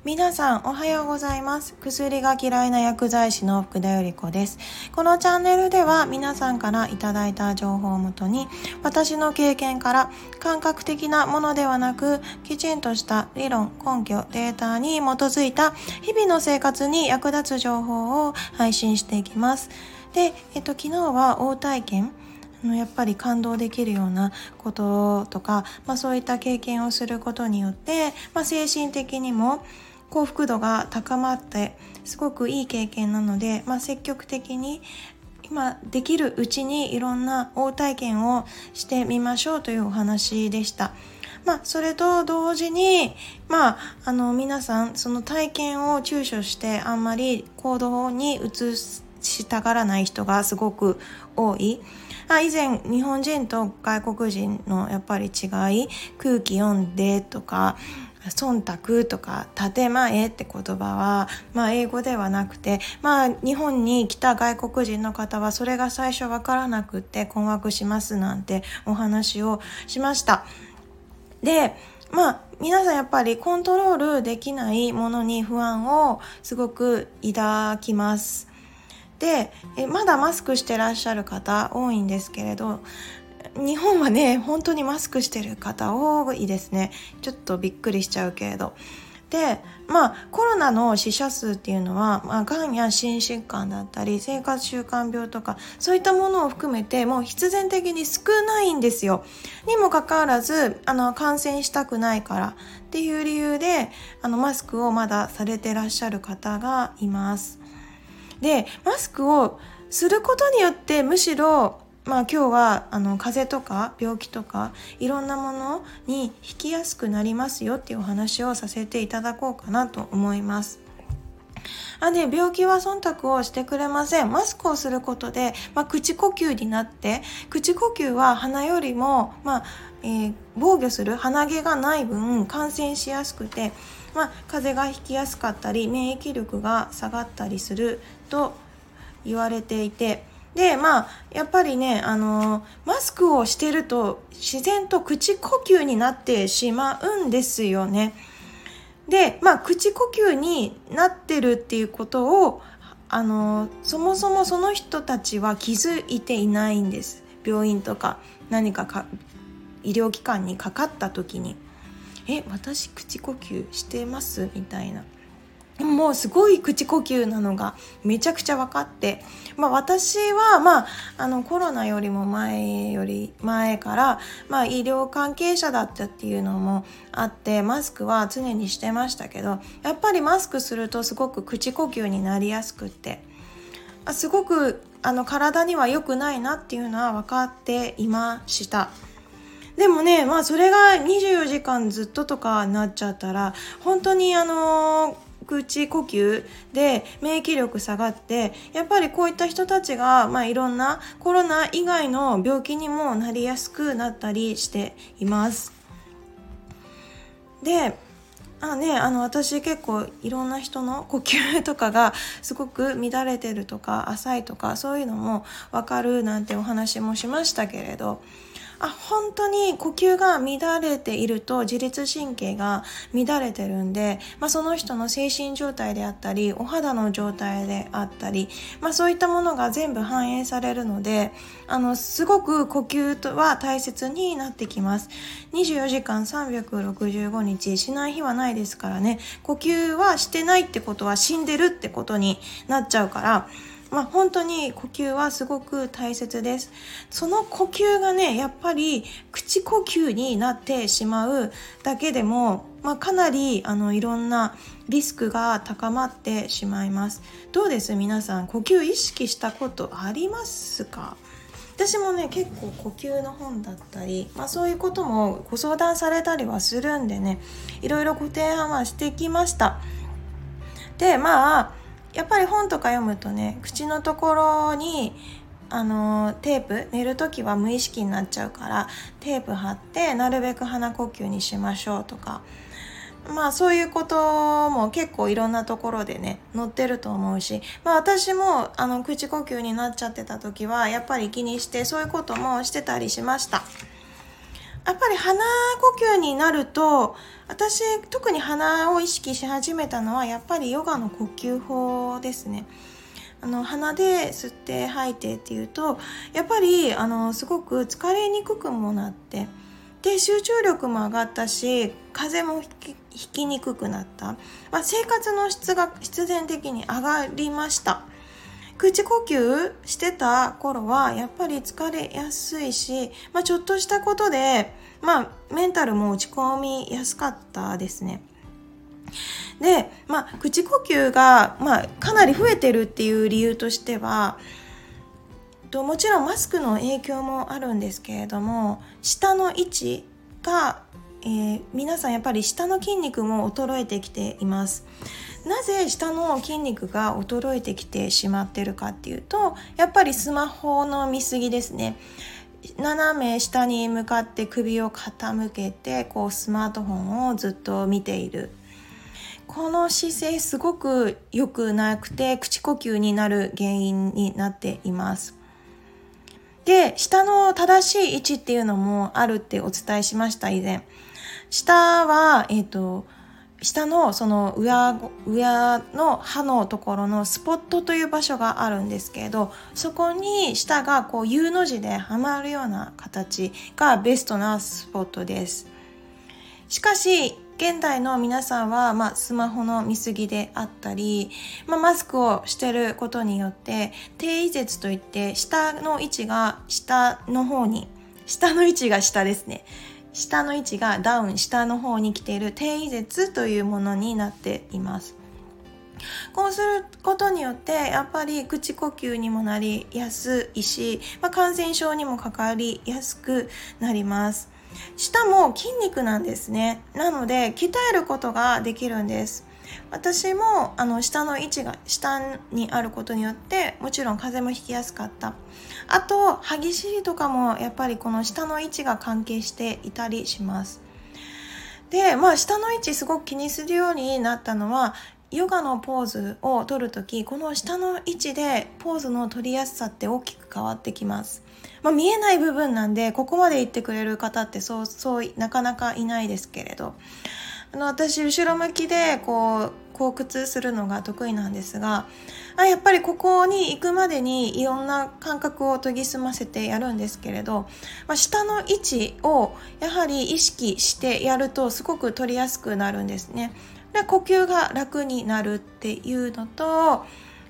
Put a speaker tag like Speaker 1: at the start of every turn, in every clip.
Speaker 1: 皆さんおはようございます。薬が嫌いな薬剤師の福田由里子です。このチャンネルでは皆さんからいただいた情報をもとに、私の経験から感覚的なものではなく、きちんとした理論、根拠、データに基づいた日々の生活に役立つ情報を配信していきます。で、昨日は応体験、やっぱり感動できるようなこととか、そういった経験をすることによって、精神的にも幸福度が高まってすごくいい経験なので、積極的に今できるうちにいろんな応体験をしてみましょうというお話でした。それと同時に、皆さんその体験を躊躇してあんまり行動に移したがらない人がすごく多い。以前日本人と外国人のやっぱり違い、空気読んでとか忖度とか建前って言葉は、英語ではなくて、日本に来た外国人の方はそれが最初わからなくって困惑しますなんてお話をしました。で、皆さんやっぱりコントロールできないものに不安をすごく抱きます。で、まだマスクしてらっしゃる方多いんですけれど、日本はね本当にマスクしてる方多いですね。ちょっとびっくりしちゃうけれど。で、コロナの死者数っていうのは、がんや心疾患だったり生活習慣病とかそういったものを含めてもう必然的に少ないんですよ。にもかかわらず感染したくないからっていう理由でマスクをまだされてらっしゃる方がいます。で、マスクをすることによってむしろ今日は風邪とか病気とかいろんなものに引きやすくなりますよっていうお話をさせていただこうかなと思います。で、病気は忖度をしてくれません。マスクをすることで、口呼吸になって、口呼吸は鼻よりも、防御する鼻毛がない分感染しやすくて、風邪がひきやすかったり免疫力が下がったりすると言われていて、で、やっぱりね、マスクをしてると自然と口呼吸になってしまうんですよね。で、口呼吸になってるっていうことをそもそもその人たちは気づいていないんです。病院とか何か医療機関にかかった時に私口呼吸してますみたいな、もうすごい口呼吸なのがめちゃくちゃ分かって、私はコロナよりも前から、医療関係者だったっていうのもあってマスクは常にしてましたけど、やっぱりマスクするとすごく口呼吸になりやすくって、すごく体には良くないなっていうのは分かっていました。でもね、それが24時間ずっととかなっちゃったら本当に口呼吸で免疫力下がって、やっぱりこういった人たちが、いろんなコロナ以外の病気にもなりやすくなったりしています。で、私結構いろんな人の呼吸とかがすごく乱れてるとか浅いとかそういうのも分かるなんてお話もしましたけれど、本当に呼吸が乱れていると自律神経が乱れてるんで、その人の精神状態であったりお肌の状態であったり、そういったものが全部反映されるので、すごく呼吸は大切になってきます。24時間365日しない日はないですからね。呼吸はしてないってことは死んでるってことになっちゃうから、本当に呼吸はすごく大切です。その呼吸がね、やっぱり口呼吸になってしまうだけでも、かなりいろんなリスクが高まってしまいます。どうです皆さん、呼吸意識したことありますか？私もね結構呼吸の本だったり、そういうこともご相談されたりはするんでね、いろいろご提案はしてきました。で、やっぱり本とか読むとね、口のところにテープ、寝るときは無意識になっちゃうからテープ貼ってなるべく鼻呼吸にしましょうとか、そういうことも結構いろんなところでね載ってると思うし、私も口呼吸になっちゃってた時はやっぱり気にしてそういうこともしてたりしました。 やっぱり鼻呼吸になると、私特に鼻を意識し始めたのはやっぱりヨガの呼吸法ですね。鼻で吸って吐いてっていうと、やっぱりすごく疲れにくくもなって、で集中力も上がったし、風邪もひきにくくなった、生活の質が必然的に上がりました。口呼吸してた頃はやっぱり疲れやすいし、ちょっとしたことで、メンタルも落ち込みやすかったですね。で、口呼吸が、かなり増えてるっていう理由としては、もちろんマスクの影響もあるんですけれども、舌の位置が、皆さんやっぱり舌の筋肉も衰えてきています。なぜ舌の筋肉が衰えてきてしまっているかっていうと、やっぱりスマホの見過ぎですね。斜め下に向かって首を傾けてスマートフォンをずっと見ている。この姿勢すごく良くなくて、口呼吸になる原因になっています。で、舌の正しい位置っていうのもあるってお伝えしました、以前。舌は、下のその上の歯のところのスポットという場所があるんですけれど、そこに舌がUの字ではまるような形がベストなスポットです。しかし現代の皆さんは、スマホの見過ぎであったり、マスクをしてることによって低位舌といって、下の位置が下の方に、下の位置が下ですね、下の位置がダウン、下の方に来ている低位舌というものになっています。こうすることによってやっぱり口呼吸にもなりやすいし、感染症にもかかりやすくなります。舌も筋肉なんですね。なので鍛えることができるんです。私も舌の位置が下にあることによって、もちろん風邪もひきやすかった。あと歯ぎしりとかもやっぱりこの下の位置が関係していたりします。で、下の位置すごく気にするようになったのは、ヨガのポーズを取るとき、この下の位置でポーズの取りやすさって大きく変わってきます。見えない部分なんで、ここまで言ってくれる方ってそうなかなかいないですけれど、私後ろ向きで後屈するのが得意なんですが、やっぱりここに行くまでにいろんな感覚を研ぎ澄ませてやるんですけれど、下の位置をやはり意識してやるとすごく取りやすくなるんですね。で、呼吸が楽になるっていうのと、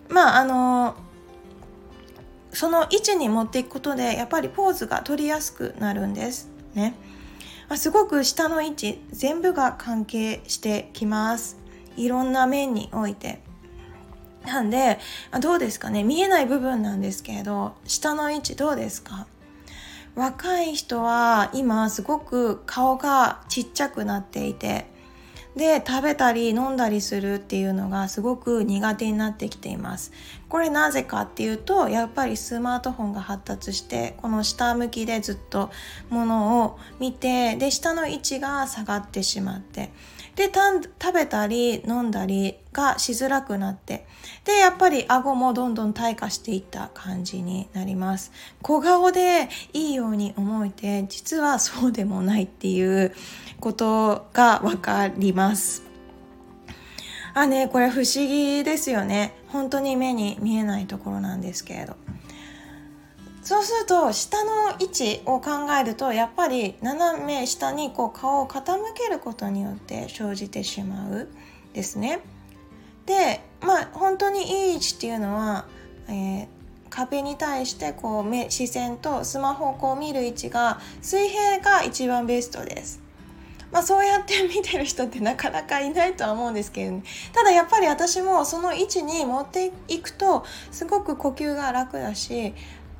Speaker 1: その位置に持っていくことでやっぱりポーズが取りやすくなるんですね。すごく下の位置全部が関係してきます。いろんな面において。なんでどうですかね、見えない部分なんですけれど、下の位置どうですか？若い人は今すごく顔がちっちゃくなっていて、で食べたり飲んだりするっていうのがすごく苦手になってきています。これなぜかっていうと、やっぱりスマートフォンが発達して、この下向きでずっとものを見て、で下の位置が下がってしまって、で食べたり飲んだりがしづらくなって、でやっぱり顎もどんどん退化していった感じになります。小顔でいいように思えて、実はそうでもないっていうことがわかります。これ不思議ですよね。本当に目に見えないところなんですけれど、そうすると下の位置を考えると、やっぱり斜め下に顔を傾けることによって生じてしまうですね。で、本当にいい位置っていうのは、壁に対して視線とスマホを見る位置が水平が一番ベストです。そうやって見てる人ってなかなかいないとは思うんですけど、ね、ただやっぱり私もその位置に持っていくとすごく呼吸が楽だし、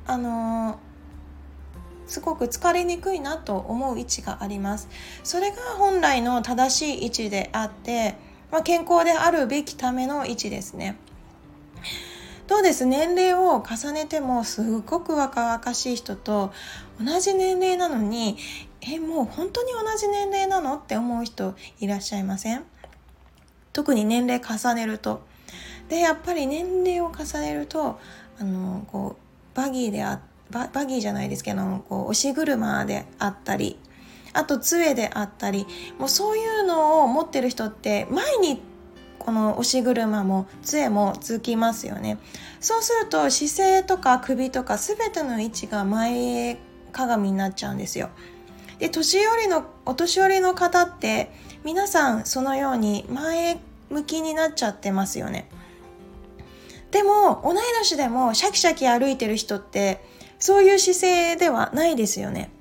Speaker 1: すごく疲れにくいなと思う位置があります。それが本来の正しい位置であって、健康であるべきための位置ですね。どうです？年齢を重ねてもすごく若々しい人と同じ年齢なのに、もう本当に同じ年齢なのって思う人いらっしゃいません？特に年齢重ねると。で、やっぱり年齢を重ねるとバギーじゃないですけど、押し車であったり、 あと杖であったり、もうそういうのを持ってる人って前にこの押し車も杖もつきますよね。そうすると姿勢とか首とか全ての位置が前かがみになっちゃうんですよ。で、お年寄りの方って皆さんそのように前向きになっちゃってますよね。でも同い年でもシャキシャキ歩いてる人ってそういう姿勢ではないですよね。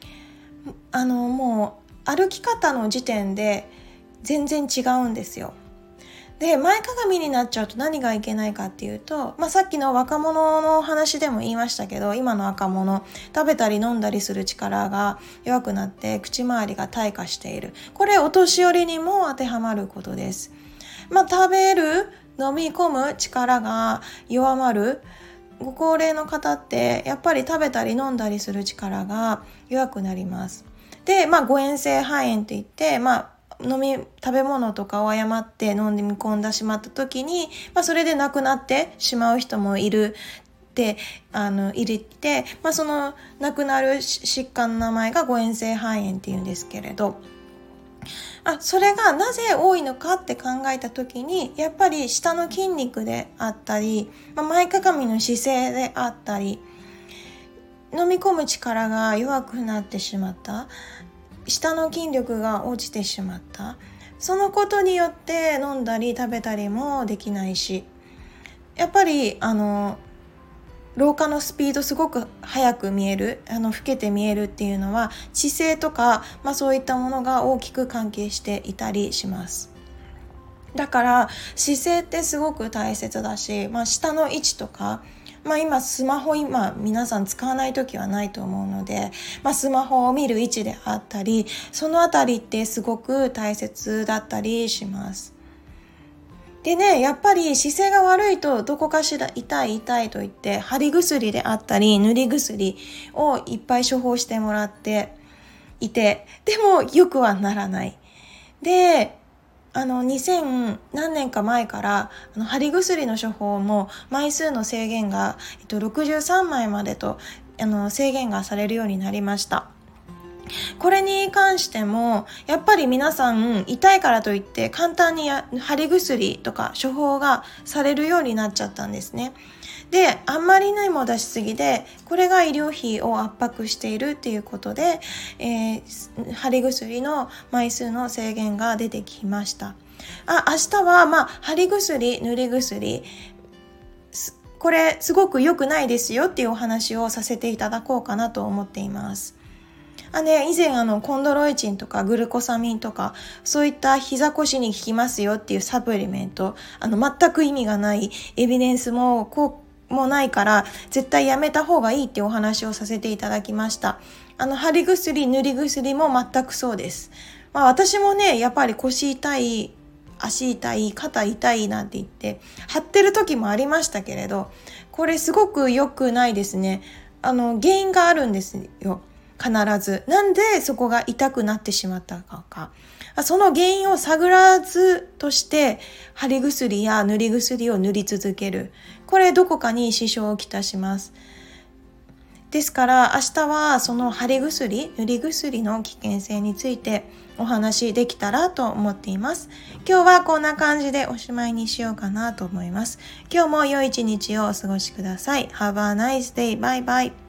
Speaker 1: もう歩き方の時点で全然違うんですよ。で、前かがみになっちゃうと何がいけないかっていうと、さっきの若者の話でも言いましたけど、今の若者、食べたり飲んだりする力が弱くなって口周りが退化している。これお年寄りにも当てはまることです。食べる、飲み込む力が弱まる。ご高齢の方ってやっぱり食べたり飲んだりする力が弱くなります。で、誤嚥性肺炎って言って、食べ物とかを誤って飲み込んでしまった時に、それで亡くなってしまう人もいるって入れて、その亡くなる疾患の名前が誤嚥性肺炎っていうんですけれど、それがなぜ多いのかって考えた時に、やっぱり下の筋肉であったり、前かがみの姿勢であったり、飲み込む力が弱くなってしまった、下の筋力が落ちてしまった、そのことによって飲んだり食べたりもできないし、やっぱり老化のスピードすごく速く見える、老けて見えるっていうのは姿勢とか、そういったものが大きく関係していたりします。だから姿勢ってすごく大切だし、下の位置とか、今スマホ皆さん使わない時はないと思うので、スマホを見る位置であったり、そのあたりってすごく大切だったりします。でね、やっぱり姿勢が悪いとどこかしら痛いと言って貼り薬であったり塗り薬をいっぱい処方してもらっていて、でもよくはならない。で、2000何年か前から貼り薬の処方も枚数の制限が、63枚までと制限がされるようになりました。これに関してもやっぱり皆さん痛いからといって簡単に貼り薬とか処方がされるようになっちゃったんですね。で、あんまりにも出しすぎで、これが医療費を圧迫しているっていうことで、貼り薬の枚数の制限が出てきました。明日は貼り薬、塗り薬、これすごく良くないですよっていうお話をさせていただこうかなと思っています。以前コンドロイチンとかグルコサミンとかそういった膝腰に効きますよっていうサプリメント、全く意味がない、エビデンスもないから絶対やめた方がいいっていうお話をさせていただきました。貼り薬、塗り薬も全くそうです。私もね、やっぱり腰痛い、足痛い、肩痛いなんて言って貼ってる時もありましたけれど、これすごく良くないですね。原因があるんですよ。必ず。なんでそこが痛くなってしまったか。その原因を探らずとして貼り薬や塗り薬を塗り続ける。これどこかに支障をきたします。ですから明日はその貼り薬、塗り薬の危険性についてお話できたらと思っています。今日はこんな感じでおしまいにしようかなと思います。今日も良い一日をお過ごしください。Have a nice day. Bye bye.